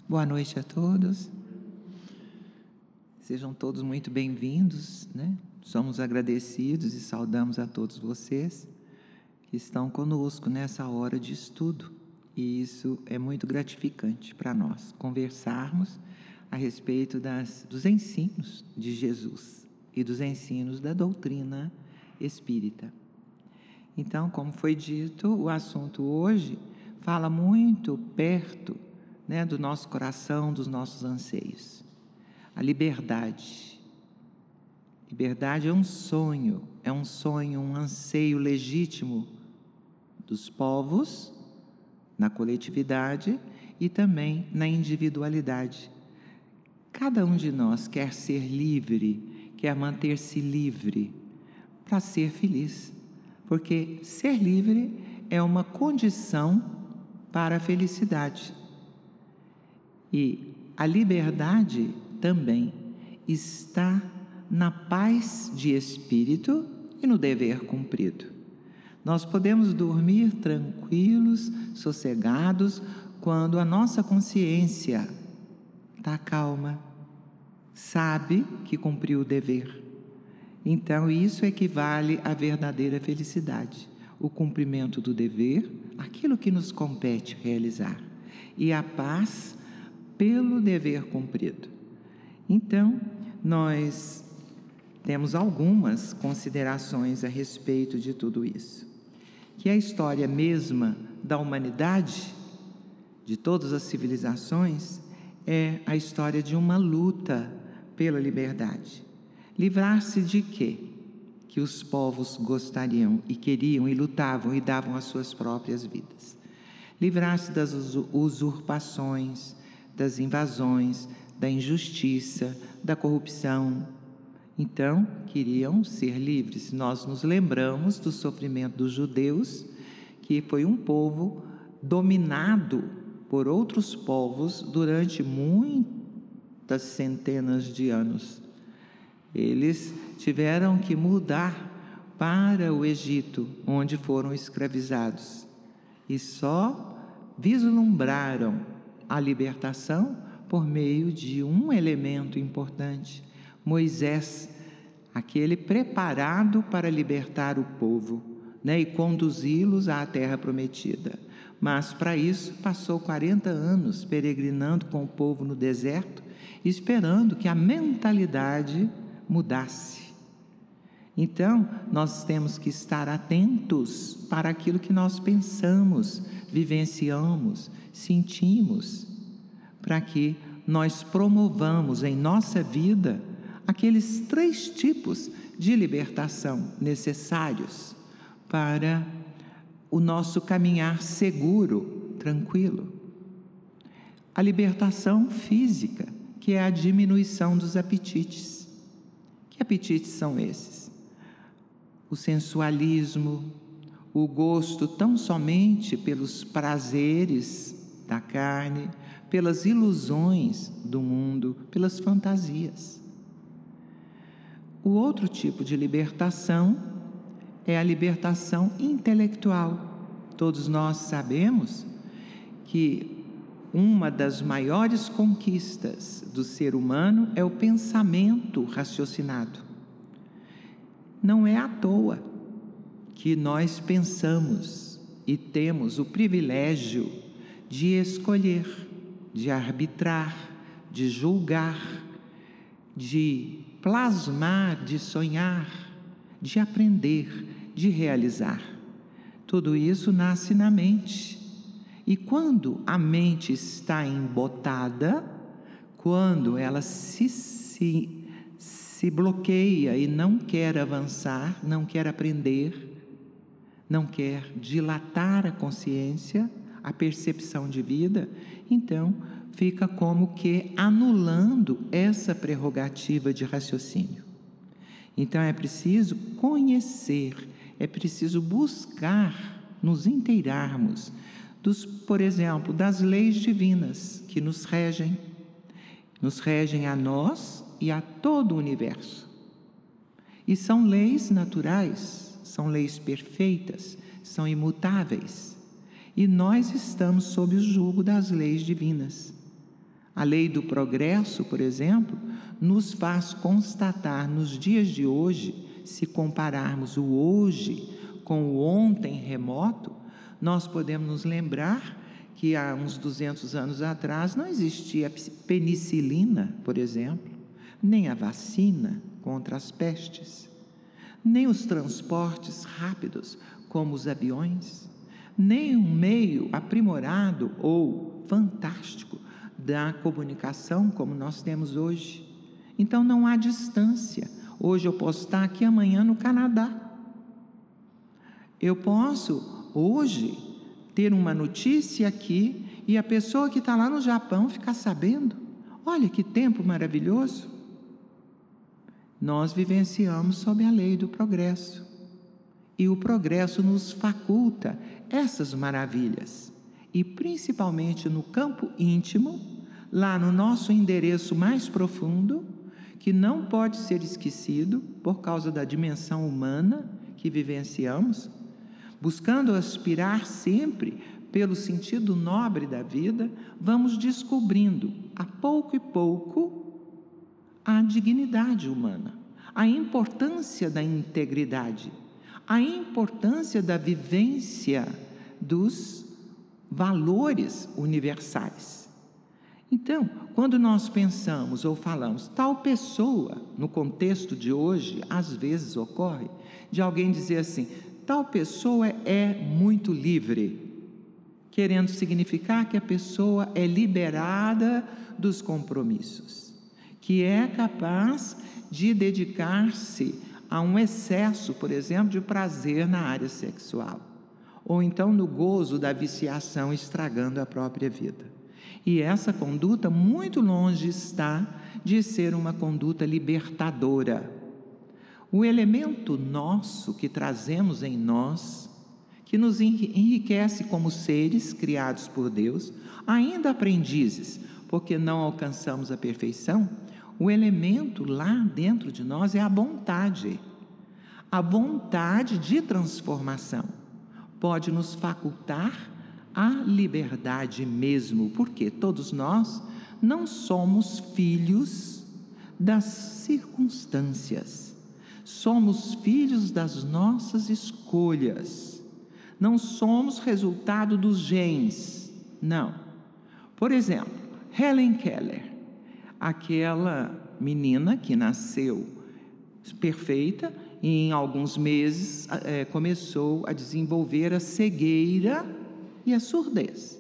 Boa noite a todos. Sejam todos muito bem-vindos, né? Somos agradecidos e saudamos a todos vocês que estão conosco nessa hora de estudo. E isso é muito gratificante para nós, conversarmos a respeito dos ensinos de Jesus e dos ensinos da doutrina espírita. Então, como foi dito, o assunto hoje fala muito perto, né, do nosso coração, dos nossos anseios. A liberdade. Liberdade é um sonho, um anseio legítimo dos povos, na coletividade e também na individualidade. Cada um de nós quer ser livre, quer manter-se livre para ser feliz, porque ser livre é uma condição para a felicidade. E a liberdade também está na paz de espírito e no dever cumprido. Nós podemos dormir tranquilos, sossegados, quando a nossa consciência está calma, sabe que cumpriu o dever. Então, isso equivale à verdadeira felicidade, o cumprimento do dever, aquilo que nos compete realizar, e a paz pelo dever cumprido. Então, nós temos algumas considerações a respeito de tudo isso. Que a história mesma da humanidade, de todas as civilizações, é a história de uma luta pela liberdade. Livrar-se de quê? Que os povos gostariam e queriam e lutavam e davam as suas próprias vidas. Livrar-se das usurpações, das invasões, da injustiça, da corrupção. Então, queriam ser livres. Nós nos lembramos do sofrimento dos judeus, que foi um povo dominado por outros povos durante muitas centenas de anos. Eles tiveram que mudar para o Egito, onde foram escravizados, e só vislumbraram a libertação por meio de um elemento importante, Moisés, aquele preparado para libertar o povo, né, e conduzi-los à terra prometida. Mas para isso passou 40 anos peregrinando com o povo no deserto, esperando que a mentalidade mudasse. Então, nós temos que estar atentos para aquilo que nós pensamos, vivenciamos, sentimos, para que nós promovamos em nossa vida aqueles 3 tipos de libertação necessários para o nosso caminhar seguro, tranquilo. A libertação física, que é a diminuição dos apetites. Que apetites são esses? O sensualismo, o gosto tão somente pelos prazeres da carne, pelas ilusões do mundo, pelas fantasias. O outro tipo de libertação é a libertação intelectual. Todos nós sabemos que uma das maiores conquistas do ser humano é o pensamento raciocinado. Não é à toa que nós pensamos e temos o privilégio de escolher, de arbitrar, de julgar, de plasmar, de sonhar, de aprender, de realizar. Tudo isso nasce na mente. E quando a mente está embotada, quando ela se bloqueia e não quer avançar, não quer aprender, não quer dilatar a consciência, a percepção de vida, então fica como que anulando essa prerrogativa de raciocínio. Então é preciso conhecer, é preciso buscar, nos inteirarmos por exemplo, das leis divinas que nos regem a nós e a todo o universo. E são leis naturais, são leis perfeitas, são imutáveis. E nós estamos sob o jugo das leis divinas. A lei do progresso, por exemplo, nos faz constatar nos dias de hoje, se compararmos o hoje com o ontem remoto, nós podemos nos lembrar que há uns 200 anos atrás não existia penicilina, por exemplo, nem a vacina contra as pestes, nem os transportes rápidos como os aviões, nem um meio aprimorado ou fantástico da comunicação como nós temos hoje. Então não há distância. Hoje eu posso estar aqui, amanhã no Canadá. Eu posso hoje ter uma notícia aqui e a pessoa que está lá no Japão ficar sabendo. Olha que tempo maravilhoso. Nós vivenciamos sob a lei do progresso. E o progresso nos faculta essas maravilhas. E principalmente no campo íntimo, lá no nosso endereço mais profundo, que não pode ser esquecido por causa da dimensão humana que vivenciamos, buscando aspirar sempre pelo sentido nobre da vida, vamos descobrindo, a pouco e pouco, a dignidade humana, a importância da integridade, a importância da vivência dos valores universais. Então, quando nós pensamos ou falamos tal pessoa, no contexto de hoje, às vezes ocorre de alguém dizer assim, tal pessoa é muito livre, querendo significar que a pessoa é liberada dos compromissos, que é capaz de dedicar-se a um excesso, por exemplo, de prazer na área sexual, ou então no gozo da viciação, estragando a própria vida. E essa conduta muito longe está de ser uma conduta libertadora. O elemento nosso que trazemos em nós, que nos enriquece como seres criados por Deus, ainda aprendizes, porque não alcançamos a perfeição, o elemento lá dentro de nós é a vontade de transformação. Pode nos facultar a liberdade mesmo, porque todos nós não somos filhos das circunstâncias, somos filhos das nossas escolhas, não somos resultado dos genes, não. Por exemplo, Helen Keller, aquela menina que nasceu perfeita e em alguns meses começou a desenvolver a cegueira e a surdez,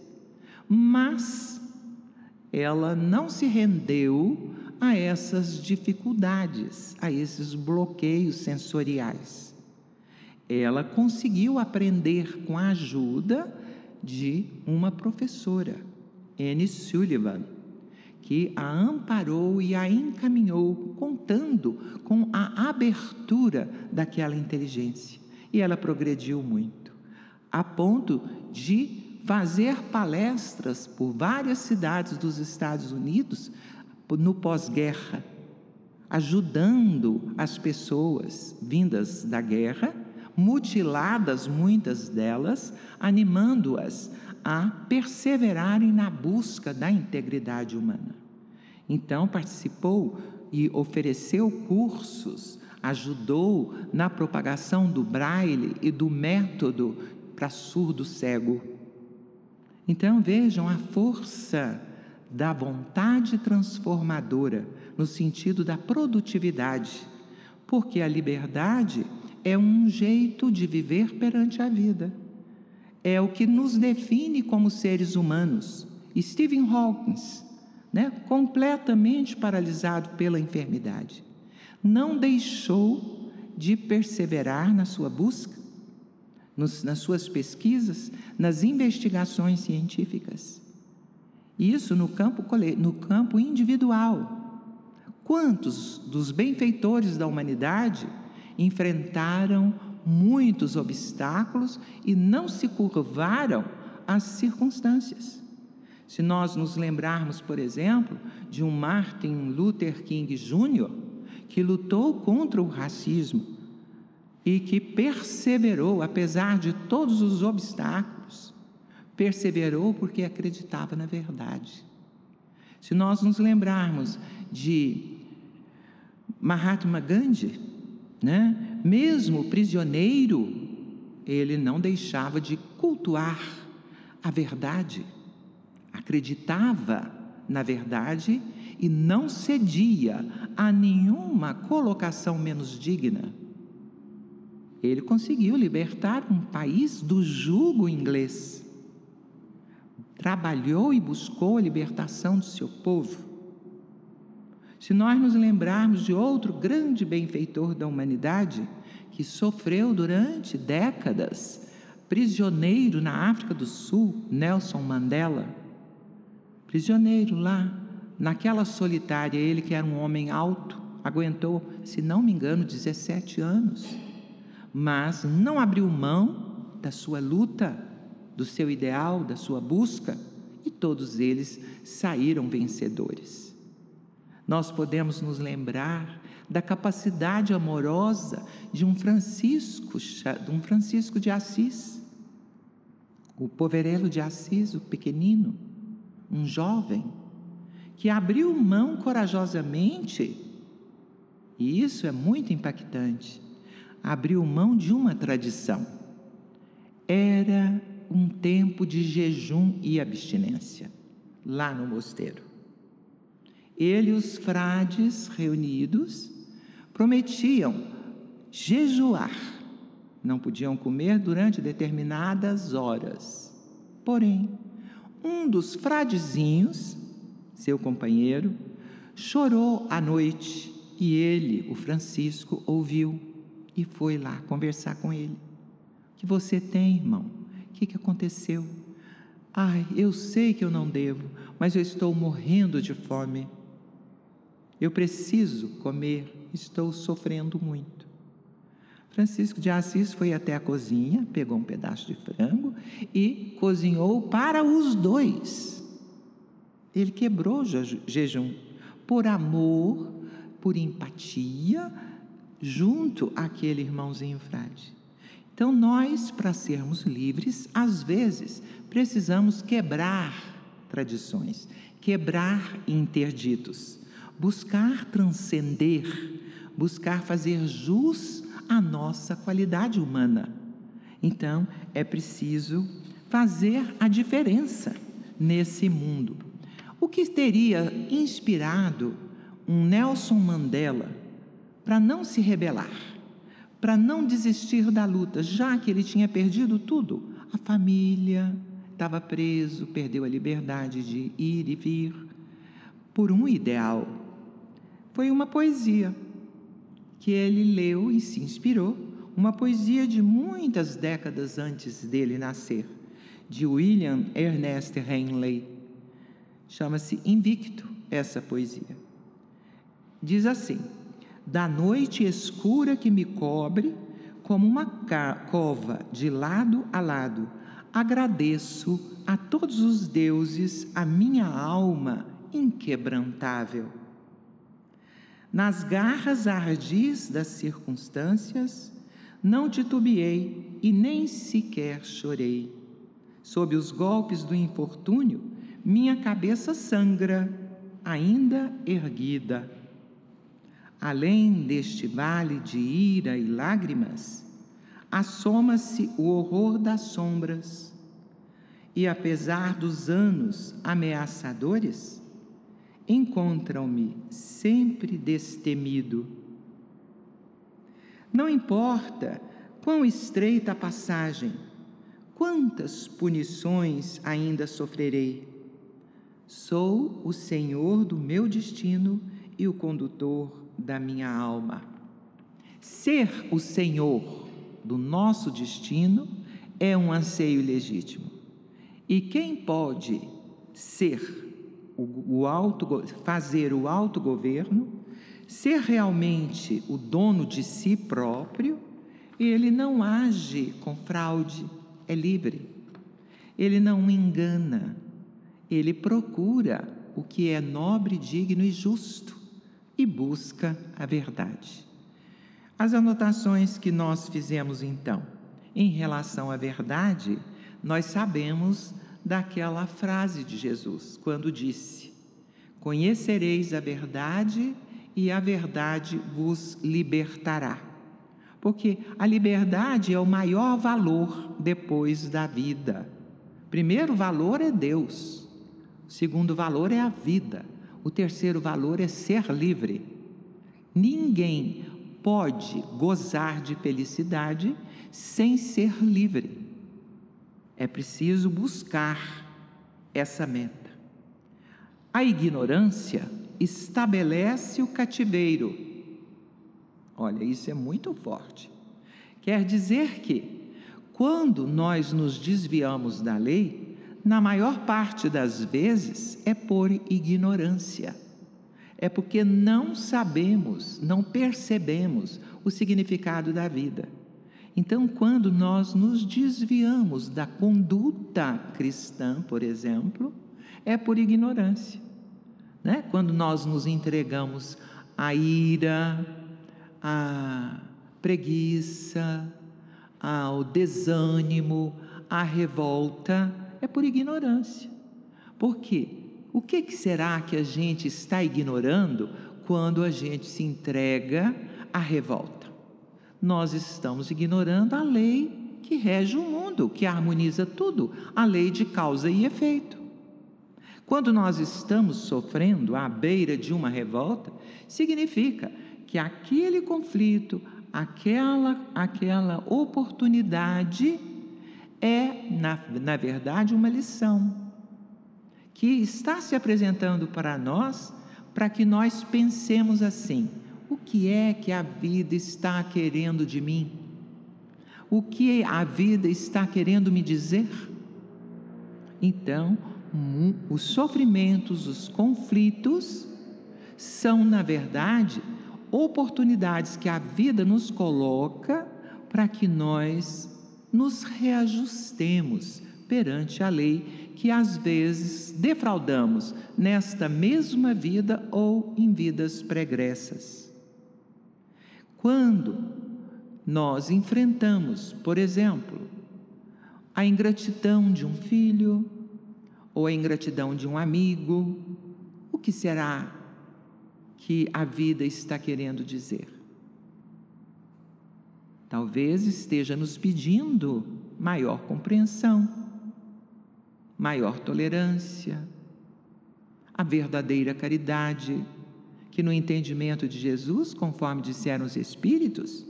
mas ela não se rendeu a essas dificuldades, a esses bloqueios sensoriais. Ela conseguiu aprender com a ajuda de uma professora, Anne Sullivan, que a amparou e a encaminhou, contando com a abertura daquela inteligência. E ela progrediu muito, a ponto de fazer palestras por várias cidades dos Estados Unidos no pós-guerra, ajudando as pessoas vindas da guerra, mutiladas muitas delas, animando-as a perseverarem na busca da integridade humana. Então participou e ofereceu cursos, ajudou na propagação do braille e do método para surdo cego. Então vejam a força da vontade transformadora no sentido da produtividade, porque a liberdade é um jeito de viver perante a vida, é o que nos define como seres humanos. Stephen Hawking, completamente paralisado pela enfermidade, não deixou de perseverar na sua busca, nas suas pesquisas, nas investigações científicas. Isso no campo individual. Quantos dos benfeitores da humanidade enfrentaram muitos obstáculos e não se curvaram às circunstâncias? Se nós nos lembrarmos, por exemplo, de um Martin Luther King Jr., que lutou contra o racismo e que perseverou, apesar de todos os obstáculos, perseverou porque acreditava na verdade. Se nós nos lembrarmos de Mahatma Gandhi, né? Mesmo prisioneiro, ele não deixava de cultuar a verdade, acreditava na verdade e não cedia a nenhuma colocação menos digna. Ele conseguiu libertar um país do jugo inglês. Trabalhou e buscou a libertação do seu povo. Se nós nos lembrarmos de outro grande benfeitor da humanidade, que sofreu durante décadas, prisioneiro na África do Sul, Nelson Mandela, prisioneiro lá, naquela solitária, ele que era um homem alto, aguentou, se não me engano, 17 anos, mas não abriu mão da sua luta, do seu ideal, da sua busca, e todos eles saíram vencedores. Nós podemos nos lembrar da capacidade amorosa de um Francisco de Assis, o poverelo de Assis, o pequenino, um jovem, que abriu mão corajosamente, e isso é muito impactante, abriu mão de uma tradição. Era um tempo de jejum e abstinência, lá no mosteiro. Ele e os frades reunidos prometiam jejuar, não podiam comer durante determinadas horas. Porém, um dos fradezinhos, seu companheiro, chorou à noite e ele, o Francisco, ouviu e foi lá conversar com ele. O que você tem, irmão? O que aconteceu? Ai, eu sei que eu não devo, mas eu estou morrendo de fome. Eu preciso comer, estou sofrendo muito. Francisco de Assis foi até a cozinha, pegou um pedaço de frango e cozinhou para os dois. Ele quebrou o jejum por amor, por empatia, junto àquele irmãozinho frade. Então nós, para sermos livres, às vezes precisamos quebrar tradições, quebrar interditos, buscar transcender, buscar fazer jus à nossa qualidade humana. Então é preciso fazer a diferença nesse mundo. O que teria inspirado um Nelson Mandela para não se rebelar, para não desistir da luta, já que ele tinha perdido tudo? A família, estava preso, perdeu a liberdade de ir e vir, por um ideal. Foi uma poesia que ele leu e se inspirou, uma poesia de muitas décadas antes dele nascer, de William Ernest Henley. Chama-se Invicto, essa poesia. Diz assim: da noite escura que me cobre, como uma cova de lado a lado, agradeço a todos os deuses a minha alma inquebrantável. Nas garras ardis das circunstâncias, não titubeei e nem sequer chorei. Sob os golpes do infortúnio, minha cabeça sangra, ainda erguida. Além deste vale de ira e lágrimas, assoma-se o horror das sombras, e apesar dos anos ameaçadores, encontram-me sempre destemido. Não importa quão estreita a passagem, quantas punições ainda sofrerei. Sou o senhor do meu destino e o condutor da minha alma. Ser o senhor do nosso destino é um anseio legítimo. E quem pode fazer o autogoverno, ser realmente o dono de si próprio, ele não age com fraude, é livre. Ele não engana, ele procura o que é nobre, digno e justo e busca a verdade. As anotações que nós fizemos então, em relação à verdade, nós sabemos daquela frase de Jesus, quando disse: Conhecereis a verdade e a verdade vos libertará. Porque a liberdade é o maior valor depois da vida. O primeiro valor é Deus. O segundo valor é a vida. O terceiro valor é ser livre. Ninguém pode gozar de felicidade sem ser livre. É preciso buscar essa meta. A ignorância estabelece o cativeiro. Olha, isso é muito forte. Quer dizer que, quando nós nos desviamos da lei, na maior parte das vezes é por ignorância. É porque não sabemos, não percebemos o significado da vida. Então, quando nós nos desviamos da conduta cristã, por exemplo, é por ignorância, né? Quando nós nos entregamos à ira, à preguiça, ao desânimo, à revolta, é por ignorância. Por quê? O que será que a gente está ignorando quando a gente se entrega à revolta? Nós estamos ignorando a lei que rege o mundo, que harmoniza tudo, a lei de causa e efeito. Quando nós estamos sofrendo à beira de uma revolta, significa que aquele conflito, aquela oportunidade é, na verdade, uma lição que está se apresentando para nós, para que nós pensemos assim: o que é que a vida está querendo de mim? O que a vida está querendo me dizer? Então, os sofrimentos, os conflitos, são, na verdade, oportunidades que a vida nos coloca para que nós nos reajustemos perante a lei que às vezes defraudamos nesta mesma vida ou em vidas pregressas. Quando nós enfrentamos, por exemplo, a ingratidão de um filho ou a ingratidão de um amigo, o que será que a vida está querendo dizer? Talvez esteja nos pedindo maior compreensão, maior tolerância, a verdadeira caridade, que no entendimento de Jesus, conforme disseram os Espíritos,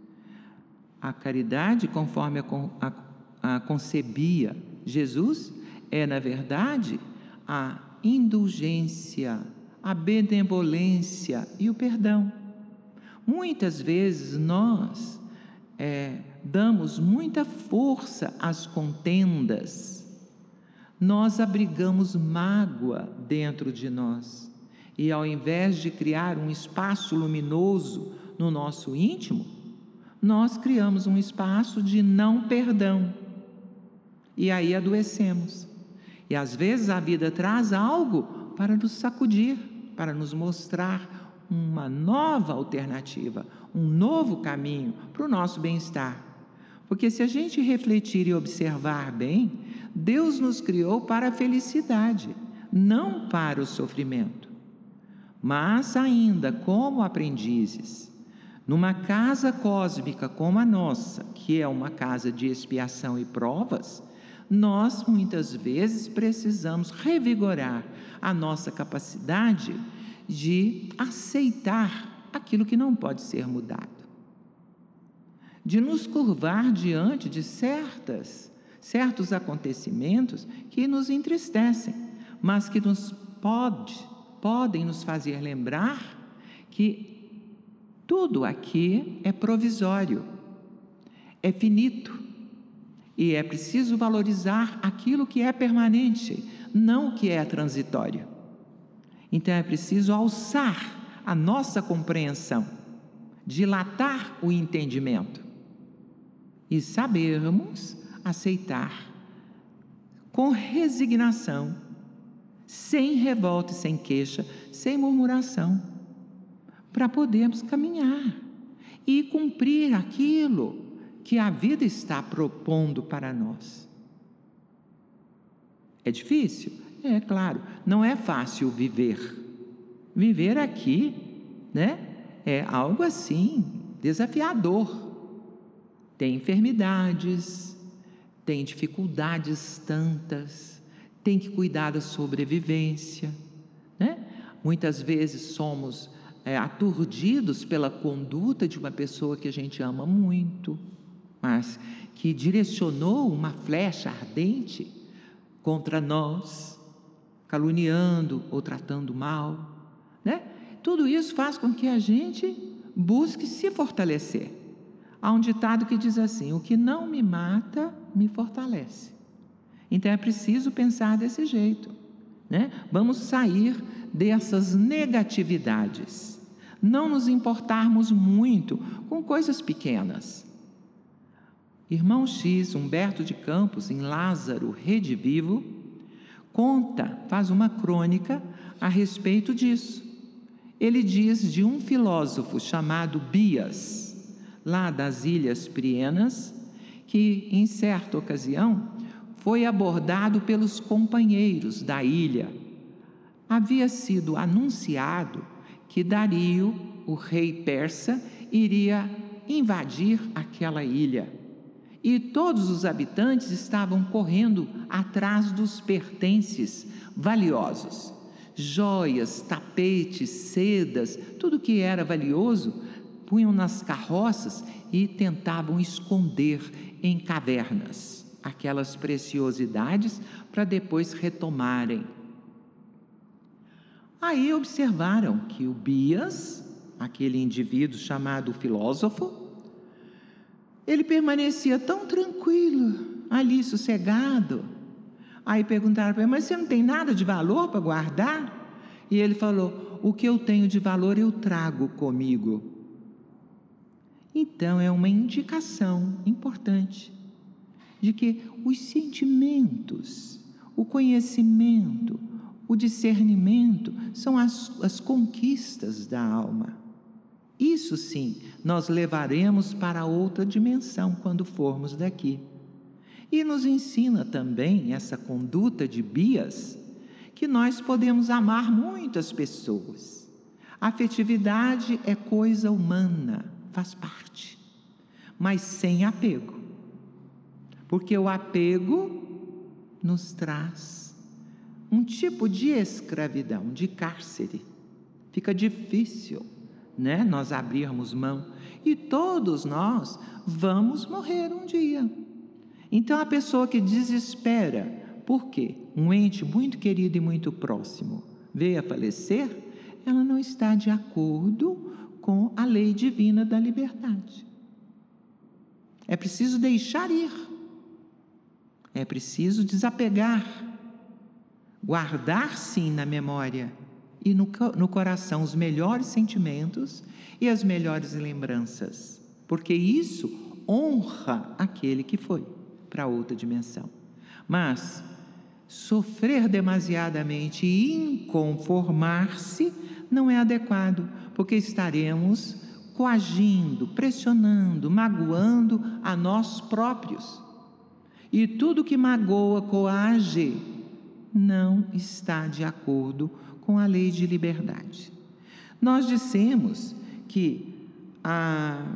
a caridade, conforme a concebia Jesus, é, na verdade, a indulgência, a benevolência e o perdão. Muitas vezes nós damos muita força às contendas, nós abrigamos mágoa dentro de nós, e ao invés de criar um espaço luminoso no nosso íntimo, nós criamos um espaço de não perdão, e aí adoecemos. E às vezes a vida traz algo para nos sacudir, para nos mostrar uma nova alternativa, um novo caminho para o nosso bem-estar. Porque se a gente refletir e observar bem, Deus nos criou para a felicidade, não para o sofrimento. Mas ainda como aprendizes, numa casa cósmica como a nossa, que é uma casa de expiação e provas, nós muitas vezes precisamos revigorar a nossa capacidade de aceitar aquilo que não pode ser mudado, de nos curvar diante de certos acontecimentos que nos entristecem, mas que podem nos fazer lembrar que tudo aqui é provisório, é finito, e é preciso valorizar aquilo que é permanente, não o que é transitório. Então é preciso alçar a nossa compreensão, dilatar o entendimento e sabermos aceitar com resignação, sem revolta e sem queixa, sem murmuração, para podermos caminhar e cumprir aquilo que a vida está propondo para nós. É difícil? É claro, não é fácil viver, Viver aqui, né, é algo assim desafiador. Tem enfermidades, tem dificuldades tantas, tem que cuidar da sobrevivência, né? Muitas vezes somos aturdidos pela conduta de uma pessoa que a gente ama muito, mas que direcionou uma flecha ardente contra nós, caluniando ou tratando mal, né? Tudo isso faz com que a gente busque se fortalecer. Há um ditado que diz assim: o que não me mata, me fortalece. Então é preciso pensar desse jeito, né? Vamos sair dessas negatividades, não nos importarmos muito com coisas pequenas. Irmão X, Humberto de Campos, em Lázaro, Redivivo, faz uma crônica a respeito disso. Ele diz de um filósofo chamado Bias, lá das Ilhas Prienas, que em certa ocasião foi abordado pelos companheiros da ilha. Havia sido anunciado que Dario, o rei persa, iria invadir aquela ilha. E todos os habitantes estavam correndo atrás dos pertences valiosos. Joias, tapetes, sedas, tudo que era valioso, punham nas carroças e tentavam esconder em cavernas aquelas preciosidades para depois retomarem. Aí observaram que o Bias, aquele indivíduo chamado filósofo, ele permanecia tão tranquilo, ali sossegado. Aí perguntaram para ele: mas você não tem nada de valor para guardar? E ele falou: o que eu tenho de valor eu trago comigo. Então é uma indicação importante de que os sentimentos, o conhecimento, o discernimento são as conquistas da alma. Isso sim, nós levaremos para outra dimensão quando formos daqui. E nos ensina também essa conduta de Bias, que nós podemos amar muitas pessoas. A afetividade é coisa humana, faz parte, mas sem apego. Porque o apego nos traz um tipo de escravidão, de cárcere. Fica difícil, né, nós abrirmos mão. E todos nós vamos morrer um dia. Então a pessoa que desespera, por quê? Um ente muito querido e muito próximo veio a falecer, ela não está de acordo com a lei divina da liberdade. É preciso deixar ir. É preciso desapegar, guardar sim na memória e no coração os melhores sentimentos e as melhores lembranças, porque isso honra aquele que foi para outra dimensão. Mas sofrer demasiadamente e inconformar-se não é adequado, porque estaremos coagindo, pressionando, magoando a nós próprios. E tudo que magoa, coage, não está de acordo com a lei de liberdade. Nós dissemos que a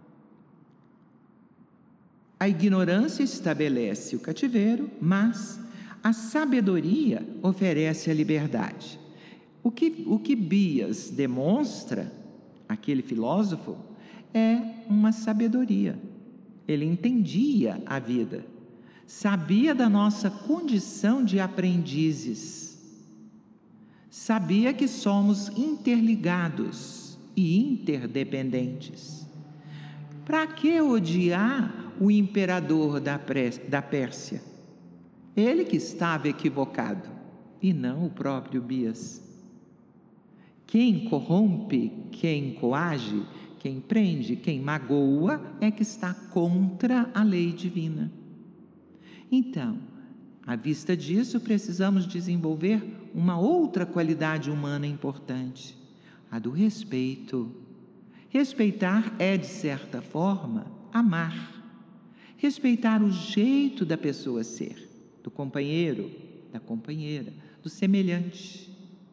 ignorância estabelece o cativeiro, mas a sabedoria oferece a liberdade. O que Bias demonstra, aquele filósofo, é uma sabedoria. Ele entendia a vida, sabia da nossa condição de aprendizes, sabia que somos interligados e interdependentes. Para que odiar o imperador da Pérsia? Ele que estava equivocado, e não o próprio Bias. Quem corrompe, quem coage, quem prende, quem magoa, é que está contra a lei divina. Então, à vista disso, precisamos desenvolver uma outra qualidade humana importante, a do respeito. Respeitar é, de certa forma, amar. Respeitar o jeito da pessoa ser, do companheiro, da companheira, do semelhante.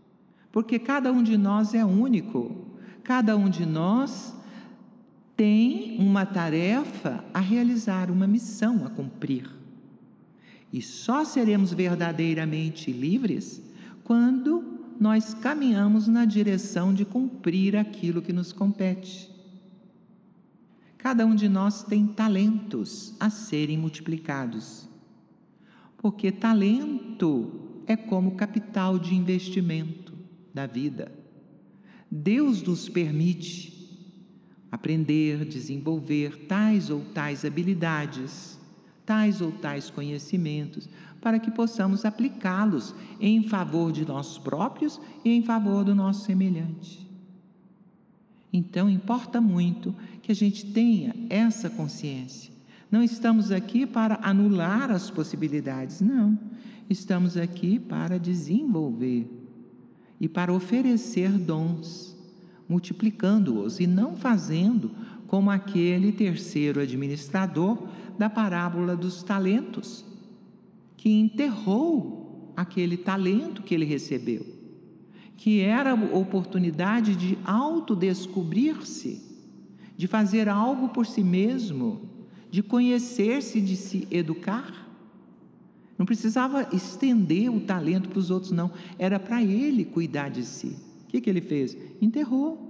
Porque cada um de nós é único, cada um de nós tem uma tarefa a realizar, uma missão a cumprir. E só seremos verdadeiramente livres quando nós caminhamos na direção de cumprir aquilo que nos compete. Cada um de nós tem talentos a serem multiplicados, porque talento é como capital de investimento da vida. Deus nos permite aprender, desenvolver tais ou tais habilidades, tais ou tais conhecimentos, para que possamos aplicá-los em favor de nós próprios e em favor do nosso semelhante. Então, importa muito que a gente tenha essa consciência. Não estamos aqui para anular as possibilidades, não. Estamos aqui para desenvolver e para oferecer dons, multiplicando-os e não fazendo como aquele terceiro administrador da parábola dos talentos, que enterrou aquele talento que ele recebeu, que era a oportunidade de autodescobrir-se, de fazer algo por si mesmo, de conhecer-se, de se educar. Não precisava estender o talento para os outros, não. Era para ele cuidar de si. O que ele fez? Enterrou.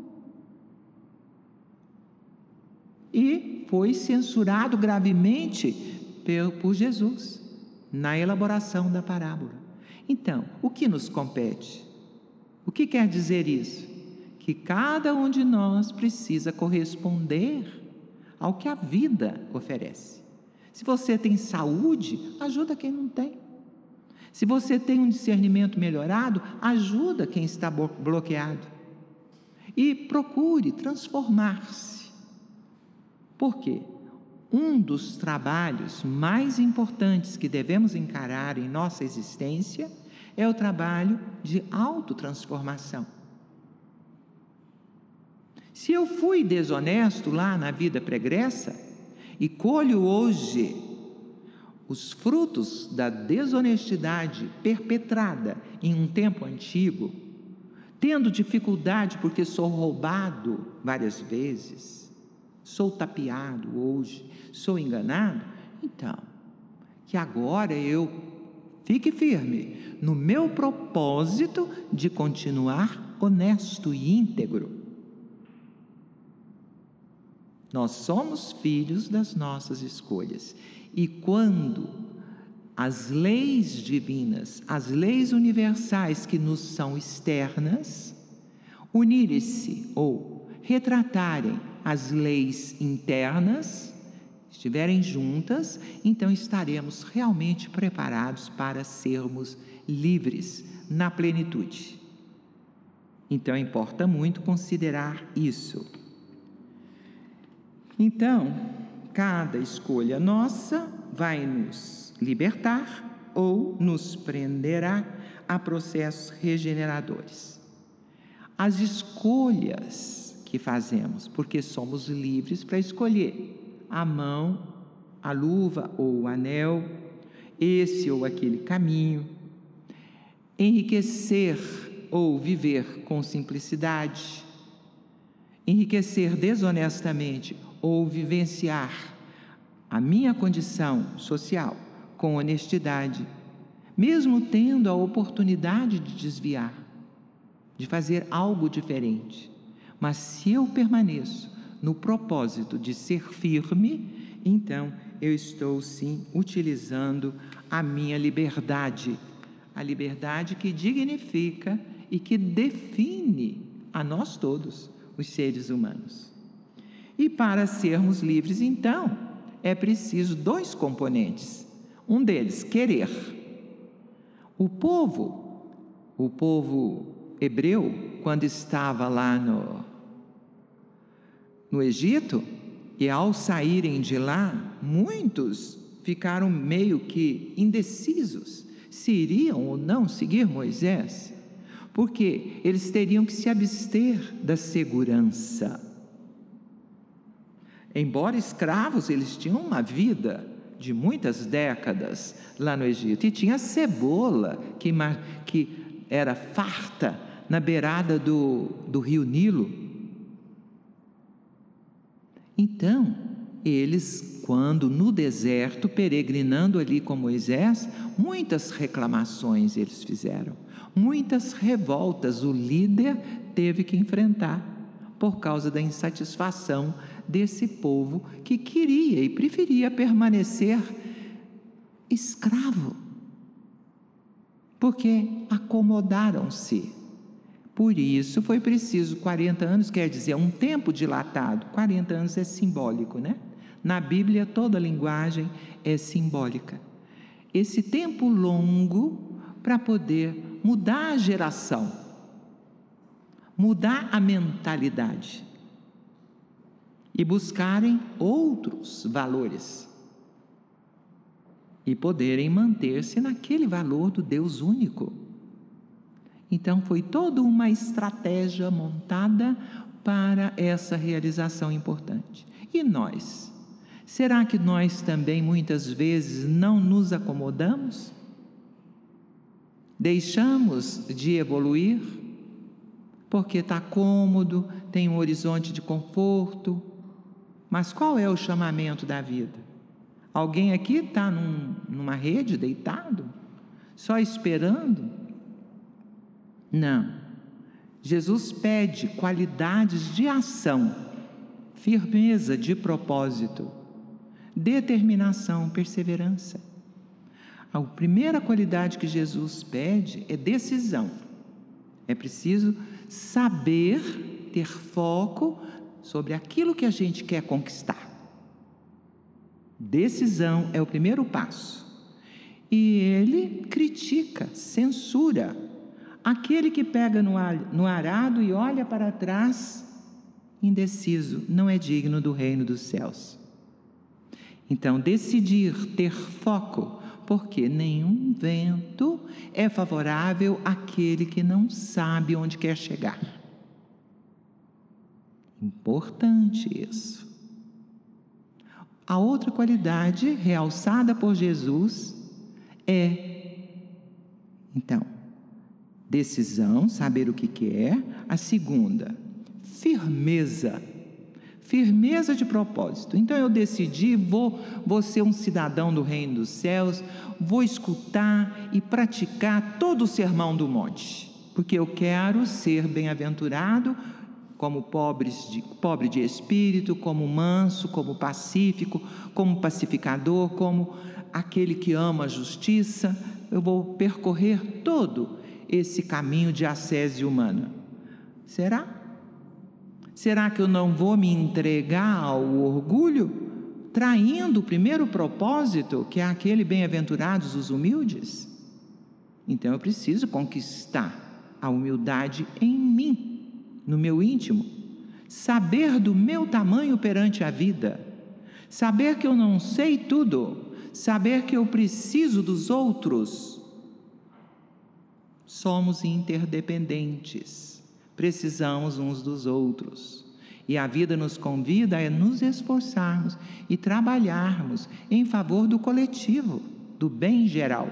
E foi censurado gravemente por Jesus na elaboração da parábola. Então, o que nos compete? O que quer dizer isso? Que cada um de nós precisa corresponder ao que a vida oferece. Se você tem saúde, ajuda quem não tem. Se você tem um discernimento melhorado, ajuda quem está bloqueado. E procure transformar-se. Por quê? Um dos trabalhos mais importantes que devemos encarar em nossa existência é o trabalho de autotransformação. Se eu fui desonesto lá na vida pregressa e colho hoje os frutos da desonestidade perpetrada em um tempo antigo, tendo dificuldade porque sou roubado várias vezes, sou tapeado hoje, sou enganado, então, que agora eu fique firme no meu propósito de continuar honesto e íntegro. Nós somos filhos das nossas escolhas. E quando as leis divinas, as leis universais que nos são externas, unirem-se ou retratarem as leis internas, estiverem juntas, então estaremos realmente preparados para sermos livres na plenitude. Então importa muito considerar isso. Então, cada escolha nossa vai nos libertar ou nos prenderá a processos regeneradores. As escolhas que fazemos, porque somos livres para escolher a mão, a luva ou o anel, esse ou aquele caminho, enriquecer ou viver com simplicidade, enriquecer desonestamente ou vivenciar a minha condição social com honestidade, mesmo tendo a oportunidade de desviar, de fazer algo diferente. Mas se eu permaneço no propósito de ser firme, então eu estou sim utilizando a minha liberdade, a liberdade que dignifica e que define a nós todos, os seres humanos. E para sermos livres, então, é preciso 2 componentes. Um deles, querer. O povo hebreu, quando estava lá no Egito, e ao saírem de lá, muitos ficaram meio que indecisos se iriam ou não seguir Moisés, porque eles teriam que se abster da segurança. Embora escravos, eles tinham uma vida de muitas décadas lá no Egito, e tinha cebola que era farta na beirada do rio Nilo. Então, eles, quando no deserto, peregrinando ali com Moisés, muitas reclamações eles fizeram, muitas revoltas o líder teve que enfrentar, por causa da insatisfação desse povo que queria e preferia permanecer escravo, porque acomodaram-se. Por isso foi preciso 40 anos, quer dizer, um tempo dilatado. 40 anos é simbólico, né? Na Bíblia toda a linguagem é simbólica. Esse tempo longo para poder mudar a geração, mudar a mentalidade e buscarem outros valores e poderem manter-se naquele valor do Deus único. Então foi toda uma estratégia montada para essa realização importante. E nós? Será que nós também muitas vezes não nos acomodamos? Deixamos de evoluir porque está cômodo, tem um horizonte de conforto. Mas qual é o chamamento da vida? Alguém aqui está numa rede deitado, só esperando? Não. Jesus pede qualidades de ação, firmeza de propósito, determinação, perseverança. A primeira qualidade que Jesus pede é decisão. É preciso saber ter foco sobre aquilo que a gente quer conquistar. Decisão é o primeiro passo. E ele critica, censura aquele que pega no arado e olha para trás, indeciso, não é digno do reino dos céus. Então, decidir, ter foco, porque nenhum vento é favorável àquele que não sabe onde quer chegar. Importante isso. A outra qualidade realçada por Jesus é, então, decisão, saber o que quer. A segunda, firmeza. Firmeza de propósito. Então eu decidi, vou ser um cidadão do reino dos céus, vou escutar e praticar todo o sermão do monte, porque eu quero ser bem-aventurado como pobre de espírito, como manso, como pacífico, como pacificador, como aquele que ama a justiça. Eu vou percorrer todo esse caminho de ascese humana. Será? Será que eu não vou me entregar ao orgulho, traindo o primeiro propósito, que é aquele bem-aventurados os humildes? Então eu preciso conquistar a humildade em mim, no meu íntimo, saber do meu tamanho perante a vida, saber que eu não sei tudo, saber que eu preciso dos outros. Somos interdependentes. Precisamos uns dos outros. E a vida nos convida a nos esforçarmos e trabalharmos em favor do coletivo, do bem geral.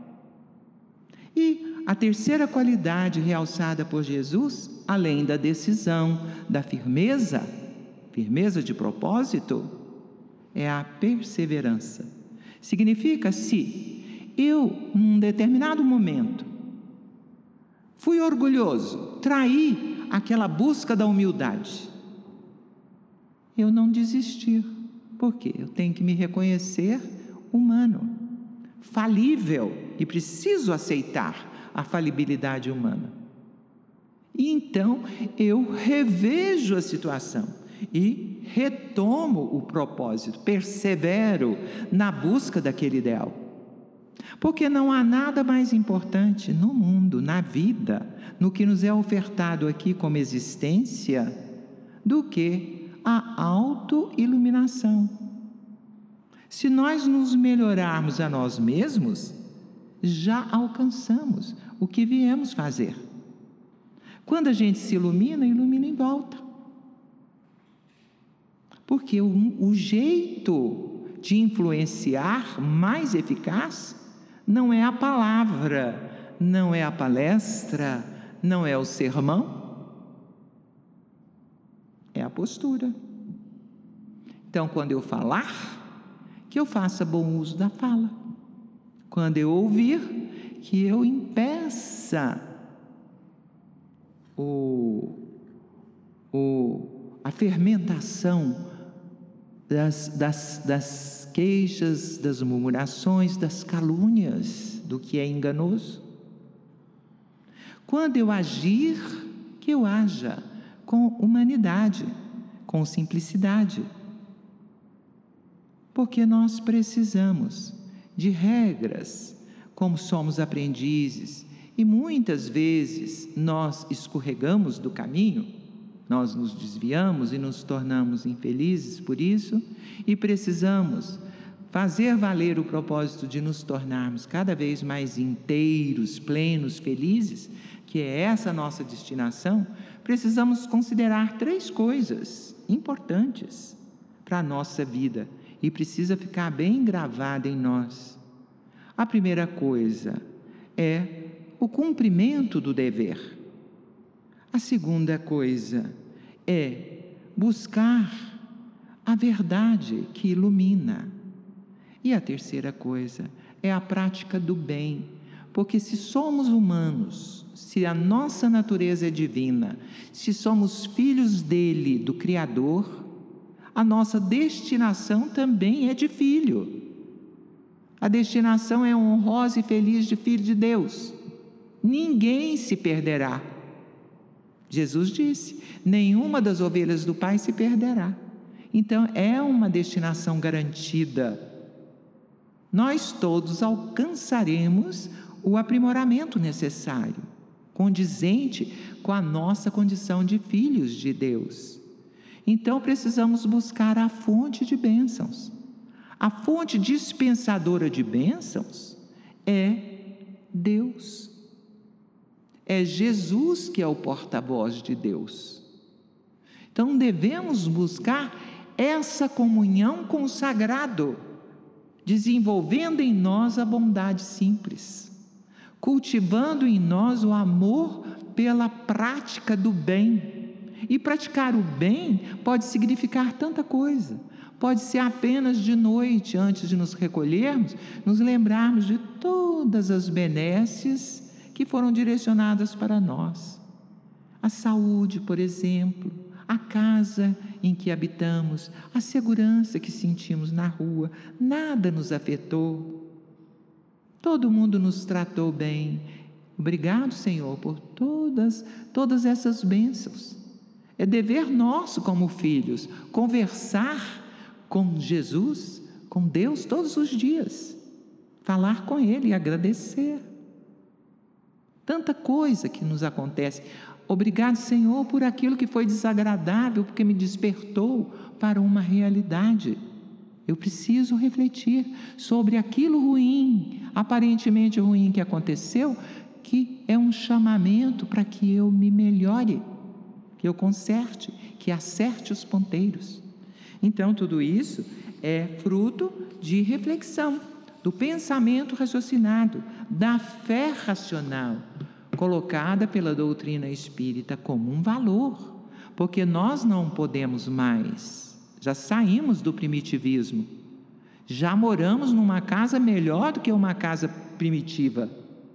E a terceira qualidade realçada por Jesus, além da decisão, da firmeza de propósito, é a perseverança. Significa, se eu, num determinado momento, fui orgulhoso, traí aquela busca da humildade, eu não desistir, porque eu tenho que me reconhecer humano, falível, e preciso aceitar a falibilidade humana. E então eu revejo a situação e retomo o propósito, persevero na busca daquele ideal. Porque não há nada mais importante no mundo, na vida, no que nos é ofertado aqui como existência, do que a autoiluminação. Se nós nos melhorarmos a nós mesmos, já alcançamos o que viemos fazer. Quando a gente se ilumina, ilumina em volta. Porque o jeito de influenciar mais eficaz não é a palavra, não é a palestra, não é o sermão, é a postura. Então, quando eu falar, que eu faça bom uso da fala. Quando eu ouvir, que eu impeça a fermentação das queixas, das murmurações, das calúnias, do que é enganoso. Quando eu agir, que eu haja com humanidade, com simplicidade. Porque nós precisamos de regras, como somos aprendizes, e muitas vezes nós escorregamos do caminho, nós nos desviamos e nos tornamos infelizes por isso, e precisamos fazer valer o propósito de nos tornarmos cada vez mais inteiros, plenos, felizes, que é essa a nossa destinação. Precisamos considerar 3 coisas importantes para a nossa vida, e precisa ficar bem gravada em nós. A primeira coisa é o cumprimento do dever. A segunda coisa é buscar a verdade que ilumina. E a terceira coisa é a prática do bem, porque se somos humanos, se a nossa natureza é divina, se somos filhos dele, do Criador, a nossa destinação também é de filho. A destinação é honrosa e feliz de filho de Deus. Ninguém se perderá. Jesus disse: nenhuma das ovelhas do Pai se perderá. Então é uma destinação garantida. Nós todos alcançaremos o aprimoramento necessário, condizente com a nossa condição de filhos de Deus. Então precisamos buscar a fonte de bênçãos. A fonte dispensadora de bênçãos é Deus. É Jesus que é o porta-voz de Deus. Então devemos buscar essa comunhão com o sagrado, desenvolvendo em nós a bondade simples, cultivando em nós o amor pela prática do bem. E praticar o bem pode significar tanta coisa. Pode ser apenas de noite, antes de nos recolhermos, nos lembrarmos de todas as benesses que foram direcionadas para nós. A saúde, por exemplo, a casa em que habitamos, a segurança que sentimos na rua, nada nos afetou. Todo mundo nos tratou bem. Obrigado, Senhor, por todas essas bênçãos. É dever nosso como filhos conversar com Jesus, com Deus todos os dias, falar com Ele e agradecer. Tanta coisa que nos acontece. Obrigado, Senhor, por aquilo que foi desagradável, porque me despertou para uma realidade. Eu preciso refletir sobre aquilo ruim, aparentemente ruim que aconteceu, que é um chamamento para que eu me melhore, que eu conserte, que acerte os ponteiros. Então, tudo isso é fruto de reflexão, do pensamento raciocinado, da fé racional, colocada pela doutrina espírita como um valor, porque nós não podemos mais, já saímos do primitivismo, já moramos numa casa melhor do que uma casa primitiva.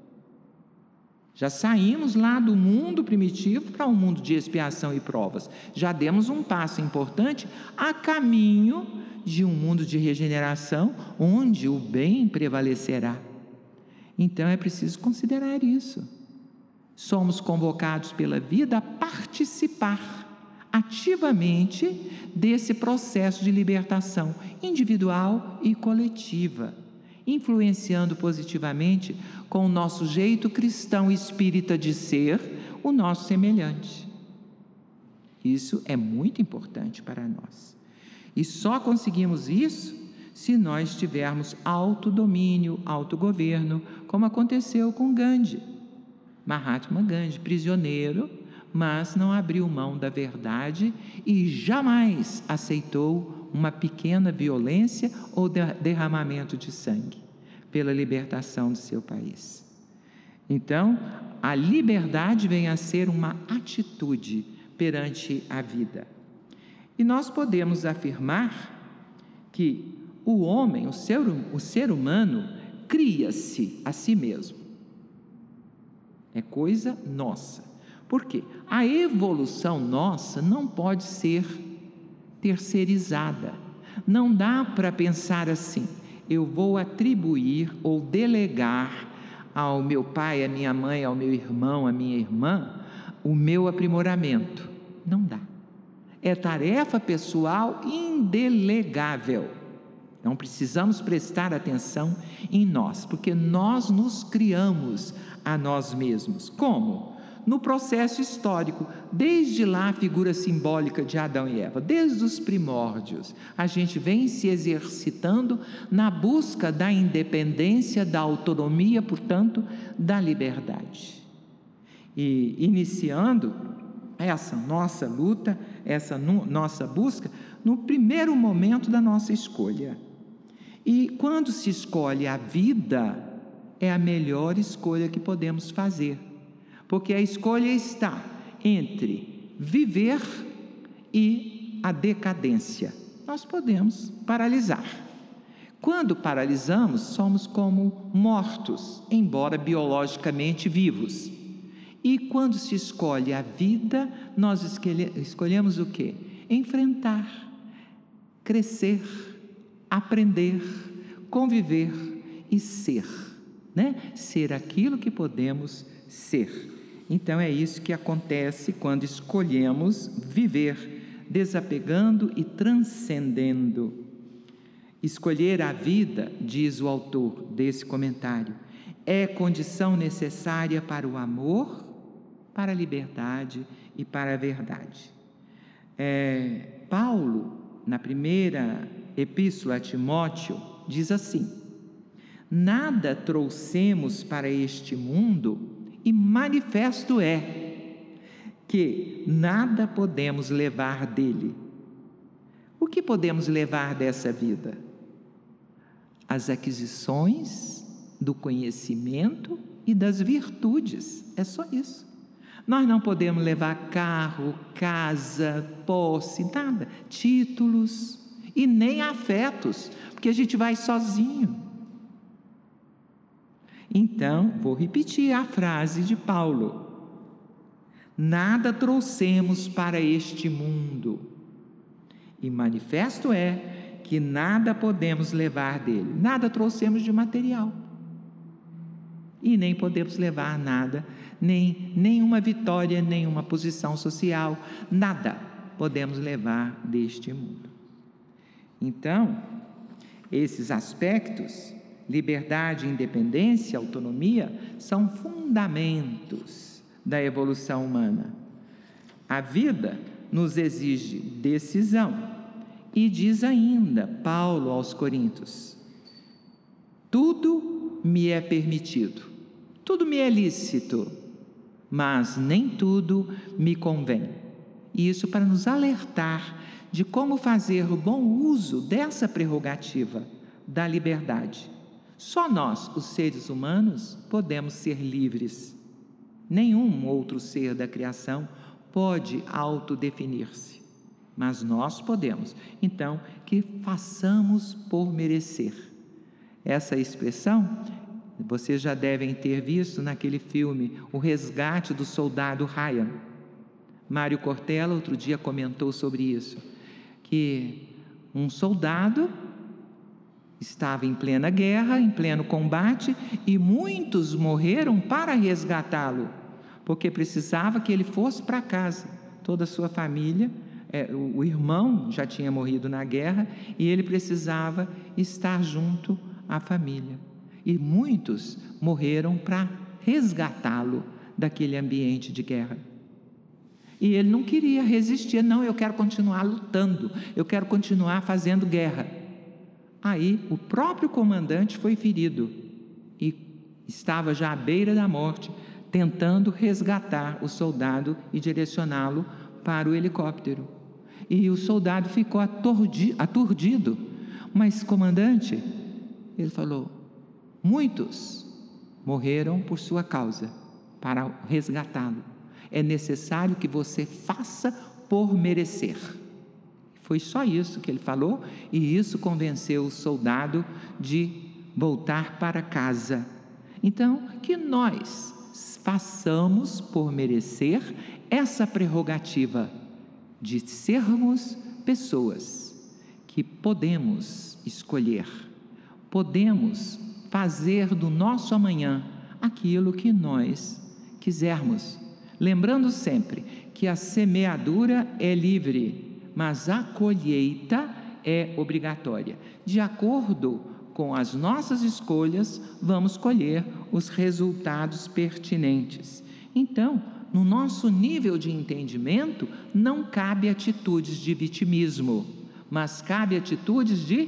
Já saímos lá do mundo primitivo para um mundo de expiação e provas. Já demos um passo importante a caminho de um mundo de regeneração, onde o bem prevalecerá. Então é preciso considerar isso. Somos convocados pela vida a participar ativamente desse processo de libertação individual e coletiva, influenciando positivamente com o nosso jeito cristão espírita de ser, o nosso semelhante. Isso é muito importante para nós. E só conseguimos isso se nós tivermos autodomínio, autogoverno, como aconteceu com Gandhi. Mahatma Gandhi, prisioneiro, mas não abriu mão da verdade e jamais aceitou uma pequena violência ou derramamento de sangue pela libertação do seu país. Então, a liberdade vem a ser uma atitude perante a vida. E nós podemos afirmar que o homem, o ser humano, cria-se a si mesmo. É coisa nossa. Por quê? A evolução nossa não pode ser terceirizada. Não dá para pensar assim: eu vou atribuir ou delegar ao meu pai, à minha mãe, ao meu irmão, à minha irmã, o meu aprimoramento. Não dá. É tarefa pessoal indelegável. Então precisamos prestar atenção em nós, porque nós nos criamos a nós mesmos. Como? No processo histórico, desde lá a figura simbólica de Adão e Eva, desde os primórdios, a gente vem se exercitando na busca da independência, da autonomia, portanto, da liberdade. E iniciando essa nossa luta, essa nossa busca, no primeiro momento da nossa escolha. E quando se escolhe a vida, é a melhor escolha que podemos fazer, porque a escolha está entre viver e a decadência. Nós podemos paralisar. Quando paralisamos, somos como mortos, embora biologicamente vivos. E quando se escolhe a vida, nós escolhemos o quê? Enfrentar, crescer, aprender, conviver e ser, né? Ser aquilo que podemos ser. Então é isso que acontece quando escolhemos viver, desapegando e transcendendo. Escolher a vida, diz o autor desse comentário, é condição necessária para o amor, para a liberdade e para a verdade. Paulo, na primeira epístola a Timóteo, diz assim: nada trouxemos para este mundo, e manifesto é que nada podemos levar dele. O que podemos levar dessa vida? As aquisições do conhecimento e das virtudes, é só isso. Nós não podemos levar carro, casa, posse, nada, títulos e nem afetos, porque a gente vai sozinho. Então, vou repetir a frase de Paulo: nada trouxemos para este mundo, e manifesto é que nada podemos levar dele. Nada trouxemos de material, e nem podemos levar nada, nenhuma vitória, nenhuma posição social, nada podemos levar deste mundo. Então, esses aspectos, liberdade, independência, autonomia, são fundamentos da evolução humana. A vida nos exige decisão, e diz ainda Paulo aos Coríntios: tudo me é permitido, tudo me é lícito, mas nem tudo me convém. Isso para nos alertar de como fazer o bom uso dessa prerrogativa da liberdade. Só nós, os seres humanos, podemos ser livres. Nenhum outro ser da criação pode autodefinir-se, mas nós podemos. Então, que façamos por merecer. Essa expressão vocês já devem ter visto naquele filme O Resgate do Soldado Ryan. Mário Cortella outro dia comentou sobre isso, que um soldado estava em plena guerra, em pleno combate, e muitos morreram para resgatá-lo, porque precisava que ele fosse para casa. Toda a sua família, o irmão já tinha morrido na guerra, e ele precisava estar junto à família. E muitos morreram para resgatá-lo daquele ambiente de guerra. E ele não queria resistir. Não, eu quero continuar lutando, eu quero continuar fazendo guerra. Aí o próprio comandante foi ferido e estava já à beira da morte, tentando resgatar o soldado e direcioná-lo para o helicóptero. E o soldado ficou aturdido. Mas, comandante, ele falou: muitos morreram por sua causa, para resgatá-lo. É necessário que você faça por merecer. Foi só isso que ele falou, e isso convenceu o soldado de voltar para casa. Então, que nós façamos por merecer essa prerrogativa de sermos pessoas que podemos escolher, podemos fazer do nosso amanhã aquilo que nós quisermos. Lembrando sempre que a semeadura é livre, mas a colheita é obrigatória. De acordo com as nossas escolhas, vamos colher os resultados pertinentes. Então, no nosso nível de entendimento, não cabe atitudes de vitimismo, mas cabe atitudes de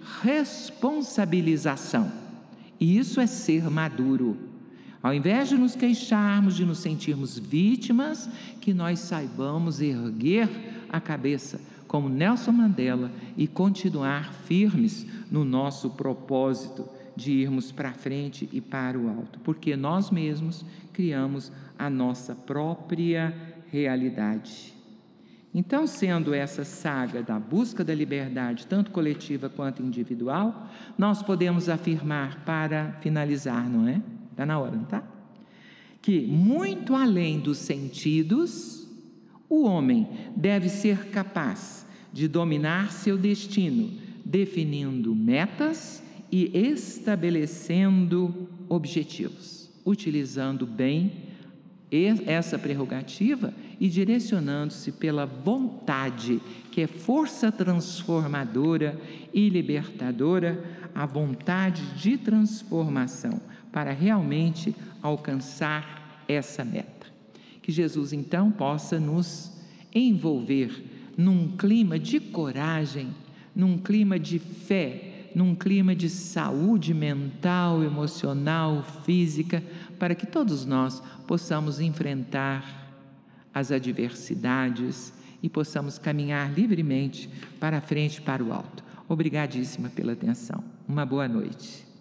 responsabilização. E isso é ser maduro. Ao invés de nos queixarmos, de nos sentirmos vítimas, que nós saibamos erguer a cabeça, como Nelson Mandela, e continuar firmes no nosso propósito de irmos para frente e para o alto, porque nós mesmos criamos a nossa própria realidade. Então, sendo essa saga da busca da liberdade, tanto coletiva quanto individual, nós podemos afirmar, para finalizar, não é? Está na hora, não está? Que, muito além dos sentidos, o homem deve ser capaz de dominar seu destino, definindo metas e estabelecendo objetivos, utilizando bem essa prerrogativa e direcionando-se pela vontade, que é força transformadora e libertadora, a vontade de transformação, para realmente alcançar essa meta. Que Jesus, então, possa nos envolver num clima de coragem, num clima de fé, num clima de saúde mental, emocional, física, para que todos nós possamos enfrentar as adversidades e possamos caminhar livremente para a frente, para o alto. Obrigadíssima pela atenção. Uma boa noite.